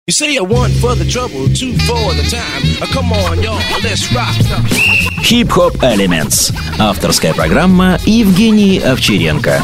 You say you want for the trouble, two for the time. Come on, y'all, let's rock. Hip Hop Elements. Авторская программа Евгении Овчаренко.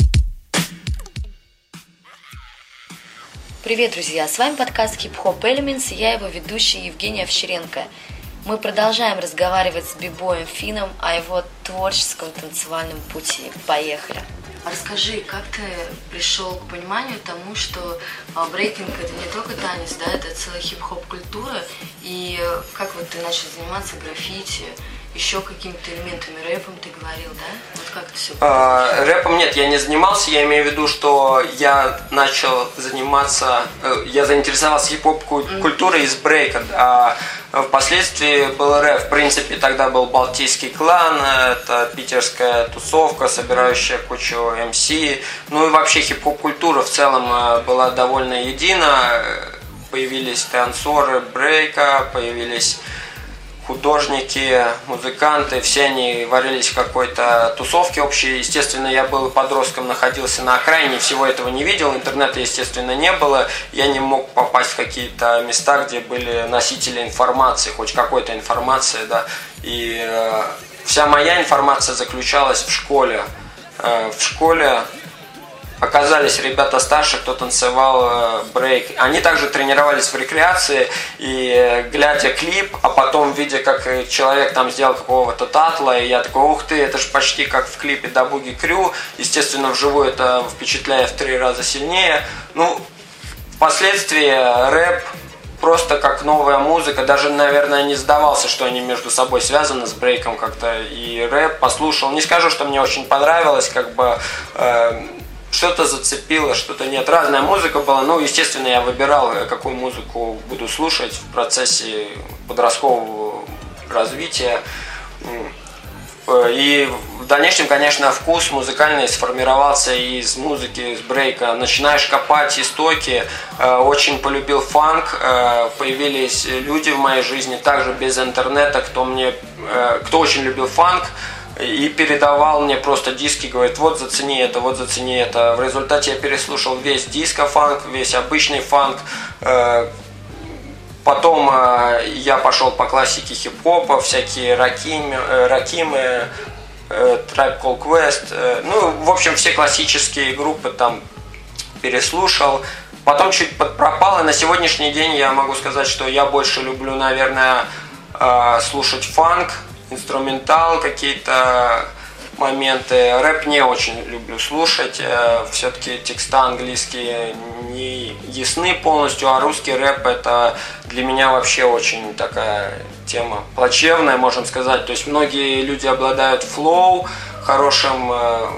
Привет, друзья! С вами подкаст Hip Hop Elements, и я его ведущая Евгения Овчаренко. Мы продолжаем разговаривать с бибоем Финном о его творческом танцевальном пути. Поехали! Расскажи, как ты пришел к пониманию тому, что брейкинг — это не только танец, да, это целая хип-хоп культура, и как вот ты начал заниматься граффити, еще какими-то элементами, рэпом ты говорил, да? Вот как это все было? Рэпом нет, я не занимался, я имею в виду, что я начал заниматься, я заинтересовался хип-хоп культурой из брейка, а впоследствии был рэп. В принципе, тогда был Балтийский клан, это питерская тусовка, собирающая кучу МС, ну и вообще хип-хоп культура в целом была довольно едина, появились танцоры брейка, появились художники, музыканты, все они варились в какой-то тусовке общей. Естественно, я был подростком, находился на окраине, всего этого не видел, интернета, естественно, не было. Я не мог попасть в какие-то места, где были носители информации, хоть какой-то информации, да. И вся моя информация заключалась в школе. В школе оказались ребята старше, кто танцевал брейк. Они также тренировались в рекреации, и глядя клип, а потом видя, как человек там сделал какого-то татла, и я такой: ух ты, это же почти как в клипе Da Boogie Crew. Естественно, вживую это впечатляет в 3 раза сильнее. Ну, впоследствии рэп просто как новая музыка, даже, наверное, не сдавался, что они между собой связаны с брейком как-то, и рэп послушал. Не скажу, что мне очень понравилось, как бы что-то зацепило, что-то нет. Разная музыка была, ну, естественно, я выбирал, какую музыку буду слушать в процессе подросткового развития. И в дальнейшем, конечно, вкус музыкальный сформировался из музыки, из брейка. Начинаешь копать истоки, очень полюбил фанк, появились люди в моей жизни, также без интернета, кто очень любил фанк, и передавал мне просто диски, говорит: вот зацени это, вот зацени это. В результате я переслушал весь диско-фанк, весь обычный фанк. Потом я пошел по классике хип-хопа, всякие Ракимы, Tribe Called Quest. Ну, в общем, все классические группы там переслушал. Потом чуть подпропал, и на сегодняшний день я могу сказать, что я больше люблю, наверное, слушать фанк, инструментал, какие-то моменты. Рэп не очень люблю слушать, все-таки текста английские не ясны полностью, а русский рэп — это для меня вообще очень такая тема плачевная, можем сказать. То есть многие люди обладают флоу, хорошим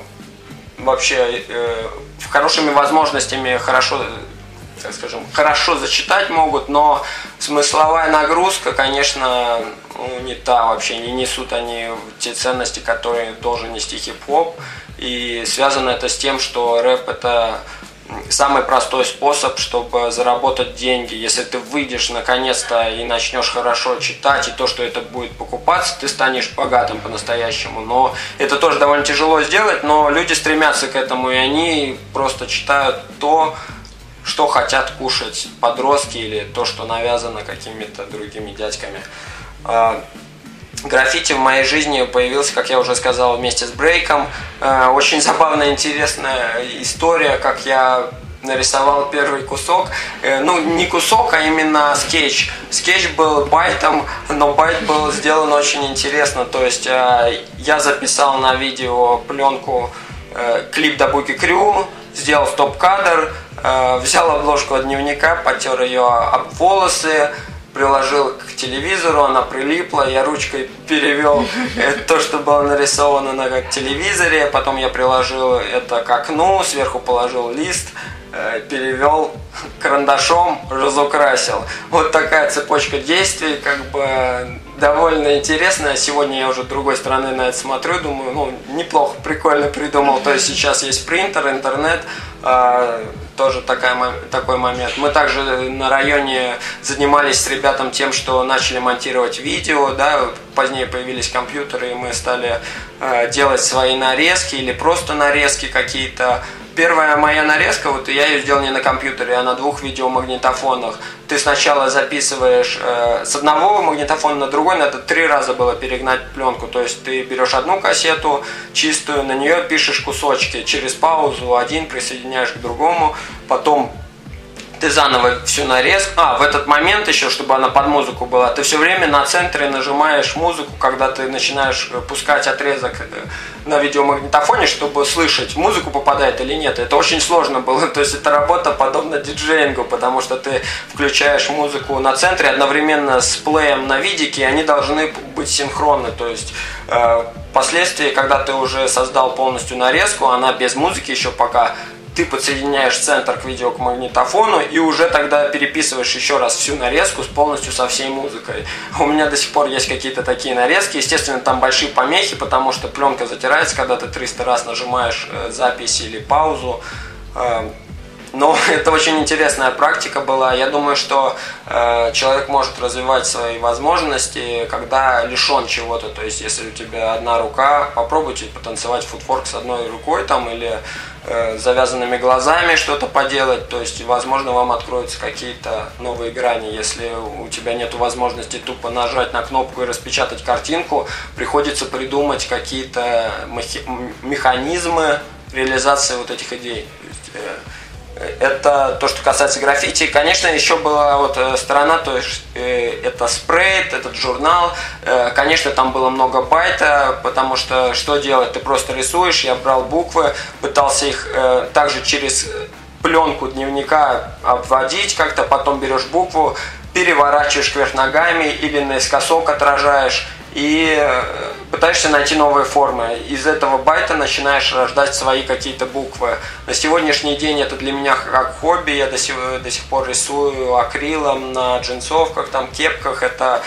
вообще, хорошими возможностями, хорошо, так скажем, хорошо зачитать могут, но смысловая нагрузка, конечно, не та вообще, не несут они те ценности, которые должен нести хип-хоп. И связано это с тем, что рэп — это самый простой способ, чтобы заработать деньги. Если ты выйдешь наконец-то и начнешь хорошо читать, и то, что это будет покупаться, ты станешь богатым по-настоящему. Но это тоже довольно тяжело сделать, но люди стремятся к этому, и они просто читают то, что хотят кушать подростки, или то, что навязано какими-то другими дядьками. Граффити в моей жизни появился, как я уже сказал, вместе с брейком. Очень забавная, интересная история, как я нарисовал первый кусок. Ну, не кусок, а именно скетч. Скетч был байтом, но байт был сделан очень интересно. То есть я записал на видео пленку клип Da Boogie Crew, сделал стоп-кадр, взял обложку от дневника, потер ее об волосы, приложил к телевизору, она прилипла, я ручкой перевел то, что было нарисовано на телевизоре, потом я приложил это к окну, сверху положил лист, перевел карандашом, разукрасил. Вот такая цепочка действий, как бы довольно интересная. Сегодня я уже с другой стороны на это смотрю, думаю, ну, неплохо, прикольно придумал. То есть сейчас есть принтер, интернет, тоже такой момент. Мы также на районе занимались с ребятам тем, что начали монтировать видео, да, позднее появились компьютеры, и мы стали делать свои нарезки или просто нарезки какие-то. первая моя нарезка, вот я ее сделал не на компьютере, а на 2 видеомагнитофонах. Ты сначала записываешь с одного магнитофона на другой, надо 3 раза было перегнать пленку. То есть ты берешь одну кассету чистую, на нее пишешь кусочки, через паузу один присоединяешь к другому, потом ты заново всю нарезку. В этот момент еще, чтобы она под музыку была, ты все время на центре нажимаешь музыку, когда ты начинаешь пускать отрезок на видеомагнитофоне, чтобы слышать, музыку попадает или нет. Это очень сложно было. То есть это работа подобна диджеингу, потому что ты включаешь музыку на центре одновременно с плеем на видике, и они должны быть синхронны. То есть впоследствии, когда ты уже создал полностью нарезку, она без музыки еще пока, ты подсоединяешь центр к видеомагнитофону и уже тогда переписываешь еще раз всю нарезку полностью со всей музыкой. У меня до сих пор есть какие-то такие нарезки. Естественно, там большие помехи, потому что пленка затирается, когда ты 300 раз нажимаешь запись или паузу. Но это очень интересная практика была. Я думаю, что человек может развивать свои возможности, когда лишен чего-то. То есть, если у тебя одна рука, попробуйте потанцевать футворк с одной рукой там, или завязанными глазами что-то поделать. То есть, возможно, вам откроются какие-то новые грани. Если у тебя нет возможности тупо нажать на кнопку и распечатать картинку, приходится придумать какие-то механизмы реализации вот этих идей. Это то, что касается граффити. Конечно, еще была вот сторона, то есть это спрейт, этот журнал. Конечно, там было много байта, потому что что делать? Ты просто рисуешь, я брал буквы, пытался их также через пленку дневника обводить как-то, потом берешь букву, переворачиваешь кверх ногами или наискосок отражаешь и пытаешься найти новые формы. Из этого байта начинаешь рождать свои какие-то буквы. На сегодняшний день это для меня как хобби. Я до сих пор рисую акрилом на джинсовках, там, кепках. Это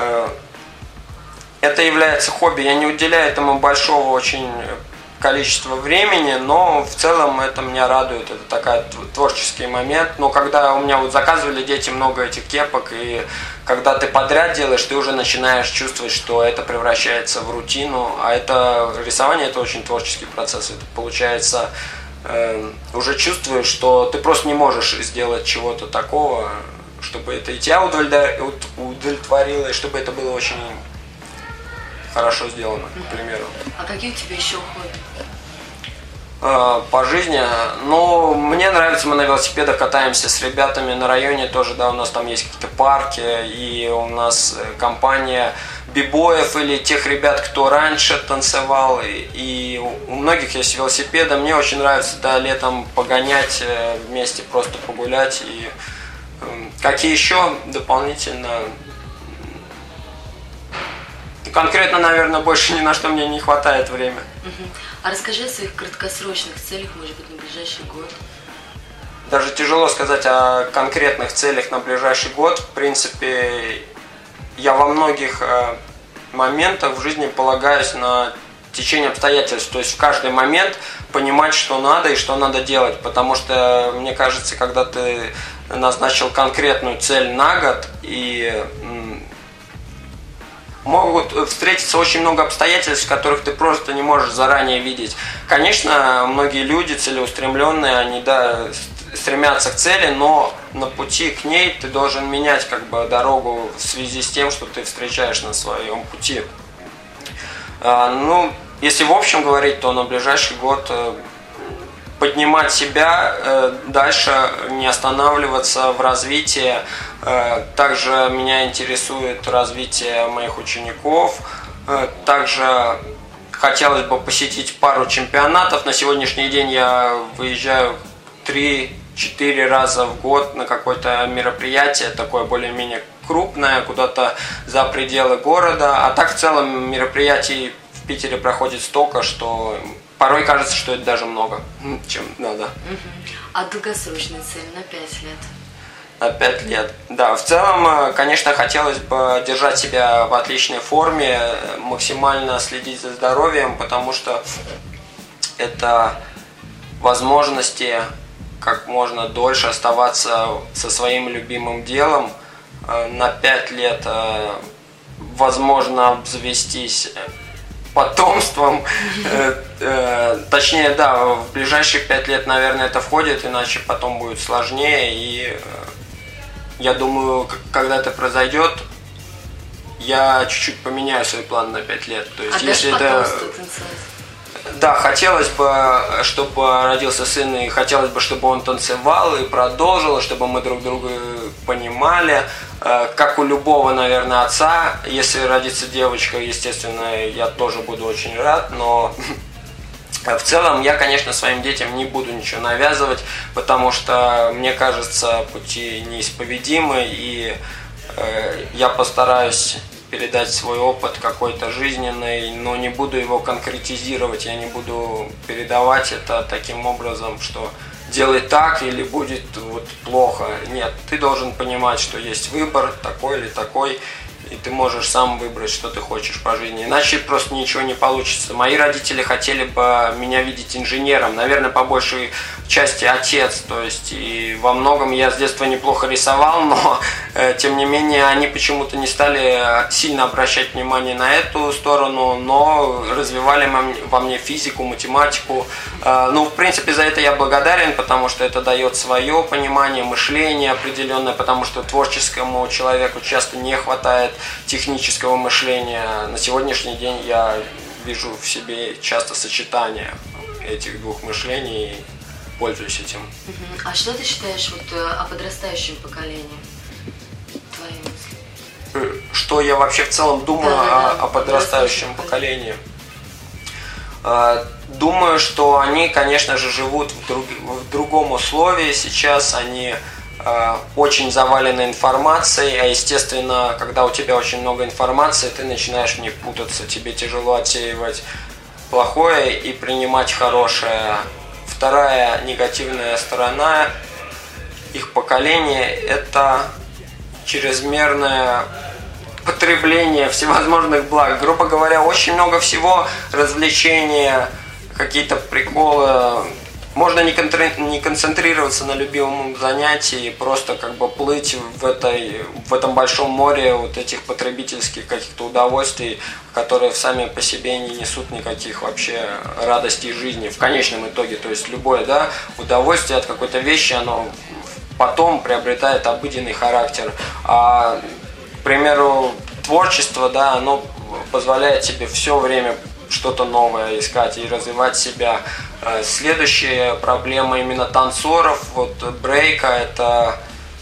является хобби. Я не уделяю этому большого очень количества времени, но в целом это меня радует. Это такой творческий момент. Но когда у меня вот заказывали дети много этих кепок, и когда ты подряд делаешь, ты уже начинаешь чувствовать, что это превращается в рутину. А это рисование, это очень творческий процесс. Это получается, уже чувствуешь, что ты просто не можешь сделать чего-то такого, чтобы это и тебя удовлетворило, и чтобы это было очень хорошо сделано, к примеру. А какие у тебя еще хобби? По жизни, ну, мне нравится, мы на велосипедах катаемся с ребятами на районе тоже, да, у нас там есть какие-то парки, и у нас компания бибоев или тех ребят, кто раньше танцевал, и у многих есть велосипеды. Мне очень нравится, да, летом погонять вместе, просто погулять. И какие еще дополнительно? Конкретно, наверное, больше ни на что мне не хватает времени. А расскажи о своих краткосрочных целях, может быть, на ближайший год. Даже тяжело сказать о конкретных целях на ближайший год. В принципе, я во многих моментах в жизни полагаюсь на течение обстоятельств. То есть в каждый момент понимать, что надо и что надо делать. Потому что, мне кажется, когда ты назначил конкретную цель на год, и могут встретиться очень много обстоятельств, которых ты просто не можешь заранее видеть. Конечно, многие люди целеустремленные, они, да, стремятся к цели, но на пути к ней ты должен менять как бы дорогу в связи с тем, что ты встречаешь на своем пути. Ну, если в общем говорить, то на ближайший год поднимать себя, дальше не останавливаться в развитии. Также меня интересует развитие моих учеников. Также хотелось бы посетить пару чемпионатов. На сегодняшний день я выезжаю 3-4 раза в год на какое-то мероприятие, такое более-менее крупное, куда-то за пределы города. А так в целом мероприятий в Питере проходит столько, что порой кажется, что это даже много, чем надо. А долгосрочная цель на 5 лет? На 5 лет. Да, в целом, конечно, хотелось бы держать себя в отличной форме, максимально следить за здоровьем, потому что это возможности как можно дольше оставаться со своим любимым делом. На 5 лет возможно обзавестись потомством. Точнее, да, в ближайшие 5 лет, наверное, это входит, иначе потом будет сложнее. И я думаю, когда это произойдет, я чуть-чуть поменяю свои планы на 5 лет. То есть, если это... Да, хотелось бы, чтобы родился сын, и хотелось бы, чтобы он танцевал и продолжил, чтобы мы друг друга понимали. Как у любого, наверное, отца, если родится девочка, естественно, я тоже буду очень рад, но в целом я, конечно, своим детям не буду ничего навязывать, потому что, мне кажется, пути неисповедимы, и я постараюсь передать свой опыт какой-то жизненный, но не буду его конкретизировать, я не буду передавать это таким образом, что делай так или будет вот плохо. Нет, ты должен понимать, что есть выбор такой или такой, и ты можешь сам выбрать, что ты хочешь по жизни. Иначе просто ничего не получится. Мои родители хотели бы меня видеть инженером, наверное, по большей части отец. То есть и во многом я с детства неплохо рисовал, но тем не менее они почему-то не стали сильно обращать внимание на эту сторону, но развивали во мне физику, математику. Ну, в принципе, за это я благодарен, потому что это дает свое понимание, мышление определенное, потому что творческому человеку часто не хватает технического мышления. На сегодняшний день я вижу в себе часто сочетание этих двух мышлений и пользуюсь этим. А что ты считаешь о подрастающем поколении? Твои мысли? Что я вообще в целом думаю о подрастающем поколении? Думаю, что они, конечно же, живут в другом условии сейчас. Они очень завалены информацией, а естественно, когда у тебя очень много информации, ты начинаешь в ней путаться, тебе тяжело отсеивать плохое и принимать хорошее. Вторая негативная сторона их поколения – это чрезмерное потребление всевозможных благ. Грубо говоря, очень много всего, развлечения, какие-то приколы. Можно не концентрироваться на любимом занятии, просто как бы плыть в этом большом море вот этих потребительских каких-то удовольствий, которые сами по себе не несут никаких вообще радостей жизни в конечном итоге. То есть любое, да, удовольствие от какой-то вещи, оно потом приобретает обыденный характер. А, к примеру, творчество, да, оно позволяет тебе все время что-то новое искать и развивать себя. Следующая проблема именно танцоров, вот брейка, это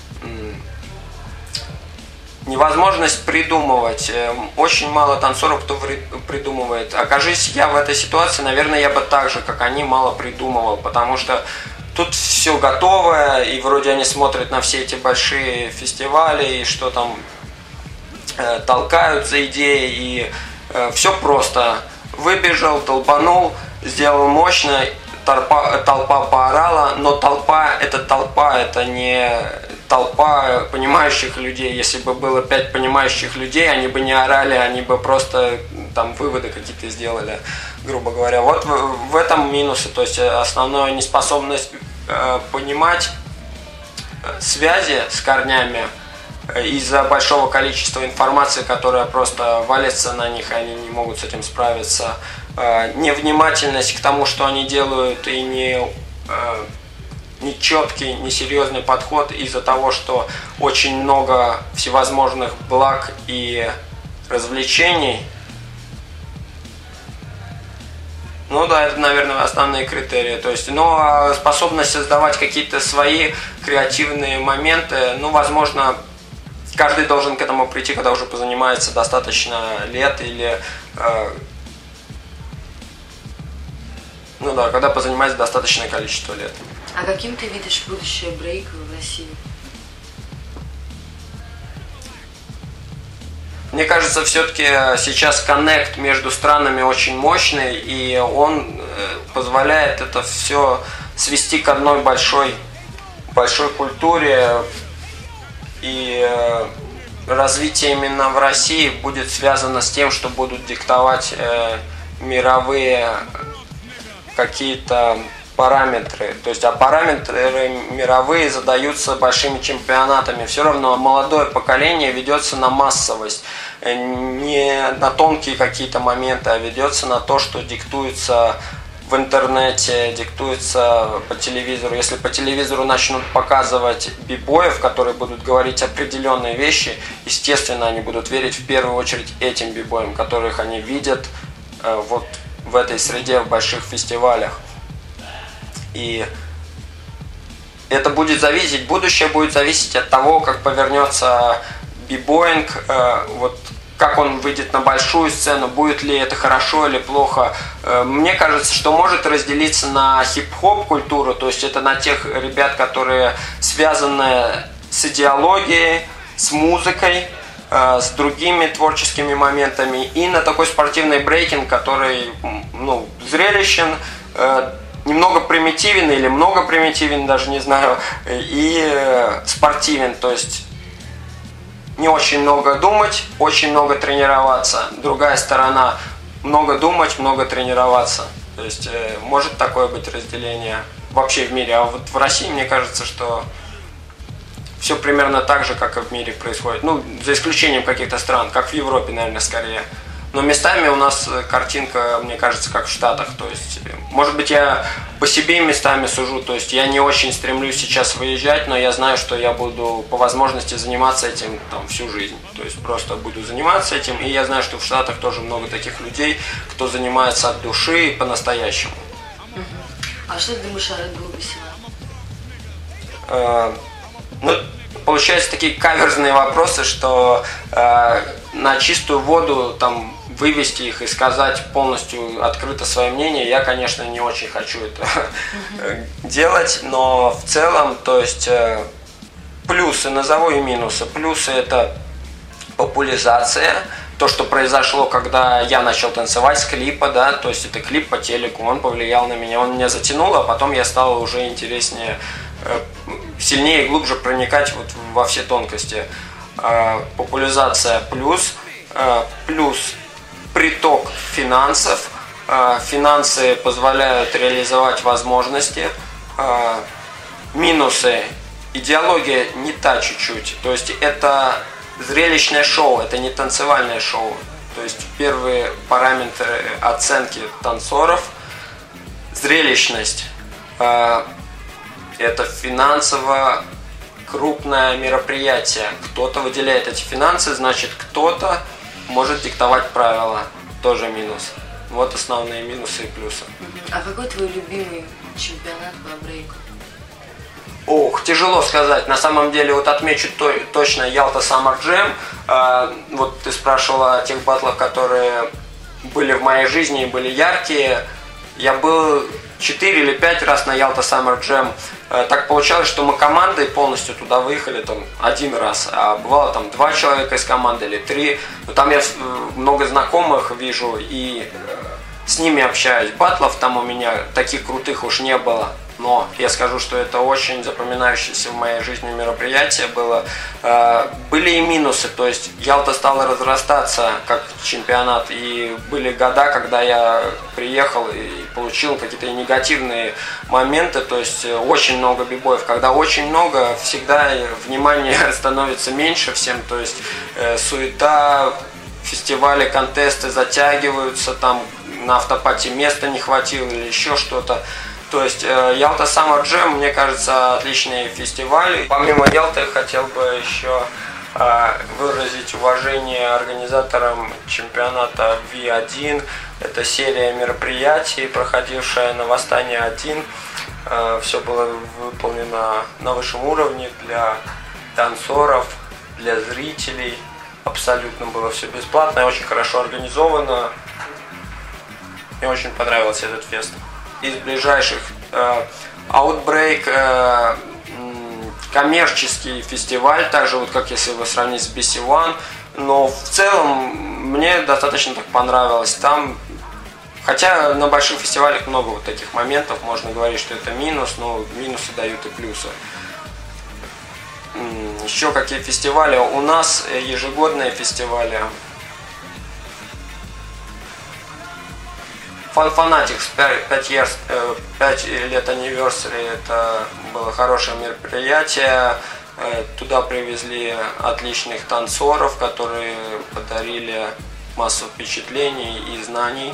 невозможность придумывать. Очень мало танцоров, кто придумывает. Окажись я в этой ситуации, наверное, я бы так же, как они, мало придумывал, потому что тут все готовое, и вроде они смотрят на все эти большие фестивали, и что там толкают за идеи, и все просто. Выбежал, долбанул, сделал мощно, толпа поорала, но толпа это не толпа понимающих людей. Если бы было 5 понимающих людей, они бы не орали, они бы просто там выводы какие-то сделали, грубо говоря. Вот в этом минусы, то есть основная неспособность понимать связи с корнями из-за большого количества информации, которая просто валится на них, и они не могут с этим справиться. Невнимательность к тому, что они делают, и нечеткий, несерьезный подход из-за того, что очень много всевозможных благ и развлечений. Ну да, это, наверное, основные критерии. То есть, но способность создавать какие-то свои креативные моменты, ну, возможно, каждый должен к этому прийти, когда уже позанимается достаточно лет или, ну да, когда позанимается достаточное количество лет. А каким ты видишь будущее брейка в России? Мне кажется, все-таки сейчас коннект между странами очень мощный, и он позволяет это все свести к одной большой культуре. И развитие именно в России будет связано с тем, что будут диктовать мировые какие-то параметры. То есть, а параметры мировые задаются большими чемпионатами. Все равно молодое поколение ведется на массовость, не на тонкие какие-то моменты, а ведется на то, что диктуется в интернете, диктуется по телевизору. Если по телевизору начнут показывать бибоев, которые будут говорить определенные вещи, естественно, они будут верить в первую очередь этим бибоям, которых они видят вот в этой среде, в больших фестивалях. И это будет зависеть, будущее будет зависеть от того, как повернется бибоинг, вот как он выйдет на большую сцену, будет ли это хорошо или плохо. Мне кажется, что может разделиться на хип-хоп культуру, то есть это на тех ребят, которые связаны с идеологией, с музыкой, с другими творческими моментами, и на такой спортивный брейкинг, который зрелищен, немного примитивен или много примитивен, даже не знаю, и спортивен, то есть не очень много думать, очень много тренироваться. Другая сторона – много думать, много тренироваться. То есть может такое быть разделение вообще в мире. А вот в России, мне кажется, что все примерно так же, как и в мире происходит. Ну, за исключением каких-то стран, как в Европе, наверное, скорее. Но местами у нас картинка, мне кажется, как в Штатах. То есть, может быть, я по себе местами сужу. То есть, я не очень стремлюсь сейчас выезжать, но я знаю, что я буду по возможности заниматься этим там всю жизнь. То есть, просто буду заниматься этим. И я знаю, что в Штатах тоже много таких людей, кто занимается от души и по-настоящему. А что ты думаешь о Red Bull Бассейна? Получаются такие каверзные вопросы, что на чистую воду там вывести их и сказать полностью открыто свое мнение, я, конечно, не очень хочу это делать, но в целом, то есть плюсы, назову и минусы. Плюсы – это популяризация, то, что произошло, когда я начал танцевать с клипа, да, то есть это клип по телеку, он повлиял на меня, он меня затянул, а потом я стал уже интереснее, сильнее и глубже проникать вот во все тонкости. Популяризация плюс приток финансов. Финансы позволяют реализовать возможности. Минусы. Идеология не та чуть-чуть. То есть это зрелищное шоу, это не танцевальное шоу. То есть первые параметры оценки танцоров. Зрелищность. Это финансово крупное мероприятие. Кто-то выделяет эти финансы, значит, кто-то может диктовать правила. Тоже минус. Вот основные минусы и плюсы. А какой твой любимый чемпионат по брейку? Ох, тяжело сказать. На самом деле, вот отмечу точно Ялта Summer Jam. Вот ты спрашивала о тех баттлах, которые были в моей жизни и были яркие. Я был 4 или 5 раз на Ялта Summer Jam. Так получалось, что мы командой полностью туда выехали там один раз, а бывало там 2 человека из команды или 3. Но там я много знакомых вижу и с ними общаюсь. Баттлов там у меня таких крутых уж не было. Но я скажу, что это очень запоминающееся в моей жизни мероприятие было. Были и минусы, то есть Ялта стала разрастаться как чемпионат. И были года, когда я приехал и получил какие-то негативные моменты. То есть очень много бибоев. Когда очень много, всегда внимание становится меньше всем. То есть суета, фестивали, контесты затягиваются, там на автопате места не хватило или еще что-то. То есть Ялта Summer Jam, мне кажется, отличный фестиваль. Помимо Ялты, я хотел бы еще выразить уважение организаторам чемпионата V1. Это серия мероприятий, проходившая на Восстание-1. Все было выполнено на высшем уровне для танцоров, для зрителей. Абсолютно было все бесплатно и очень хорошо организовано. Мне очень понравился этот фест. Из ближайших Outbreak, коммерческий фестиваль, также вот как если его сравнить с BC One, но в целом мне достаточно так понравилось. Там, хотя на больших фестивалях много вот таких моментов, можно говорить, что это минус, но минусы дают и плюсы. Еще какие фестивали? У нас ежегодные фестивали. Fanatics 5 лет anniversary, это было хорошее мероприятие. Туда привезли отличных танцоров, которые подарили массу впечатлений и знаний.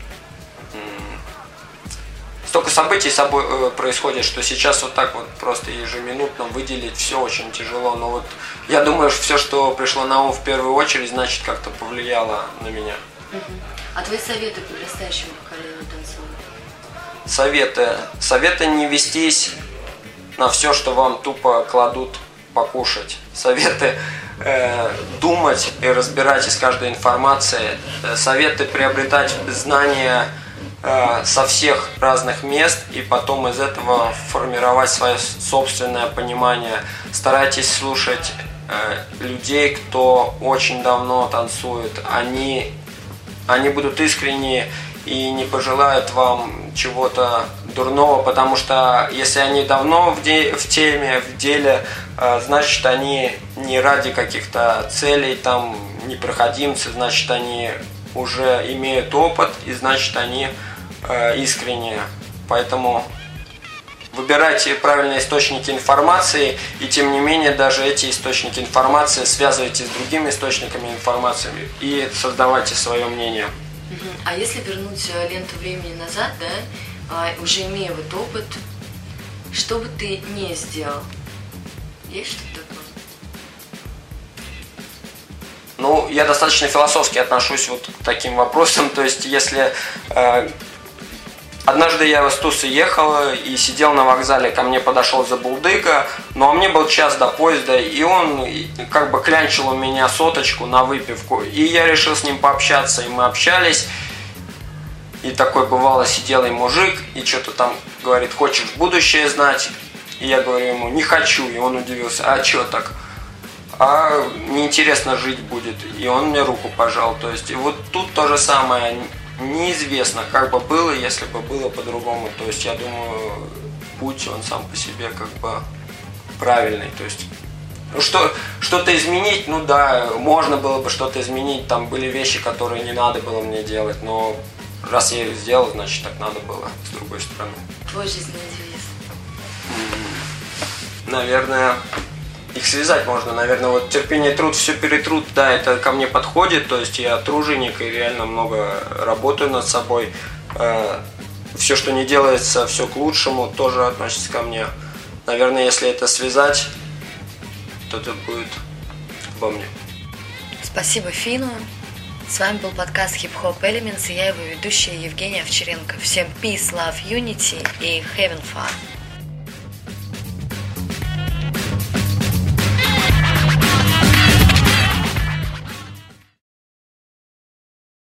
Столько событий с собой происходит, что сейчас вот так вот просто ежеминутно выделить все очень тяжело. Но вот я думаю, что все, что пришло на ум в первую очередь, значит, как-то повлияло на меня. А твои советы подрастающему поколению танцоров? Советы не вестись на все, что вам тупо кладут покушать. Советы думать и разбирать из каждой информации. Советы приобретать знания со всех разных мест и потом из этого формировать свое собственное понимание. Старайтесь слушать людей, кто очень давно танцует. Они будут искренни и не пожелают вам чего-то дурного, потому что если они давно в теме, в деле, значит, они не ради каких-то целей, там, не проходимцы, значит, они уже имеют опыт, и значит, они искренние. Поэтому выбирайте правильные источники информации, и тем не менее даже эти источники информации связывайте с другими источниками информации и создавайте свое мнение. А если вернуть ленту времени назад, да, уже имея вот опыт, что бы ты не сделал? Есть что-то такое? Ну, я достаточно философски отношусь вот к таким вопросам. То есть, если однажды я в Тусы ехал и сидел на вокзале, ко мне подошел забулдыга, ну а мне был час до поезда, и он как бы клянчил у меня соточку на выпивку. И я решил с ним пообщаться, и мы общались. И такой бывало сиделый мужик, и что-то там говорит: хочешь будущее знать? И я говорю ему: не хочу. И он удивился: а что так? А неинтересно жить будет. И он мне руку пожал. То есть, и вот тут то же самое. Неизвестно, как бы было, если бы было по-другому. То есть, я думаю, путь, он сам по себе как бы правильный. То есть, что-то изменить, ну да, можно было бы что-то изменить. Там были вещи, которые не надо было мне делать, но раз я их сделал, значит, так надо было, с другой стороны. Твой жизненный девиз? Наверное, их связать можно. Наверное, вот терпение, труд, все перетрут, да, это ко мне подходит. То есть я труженик и реально много работаю над собой. Все, что не делается, все к лучшему, тоже относится ко мне. Наверное, если это связать, то это будет обо мне. Спасибо Фину. С вами был подкаст Hip Hop Elements, и я его ведущая Евгения Овчаренко. Всем peace, love, unity и having fun.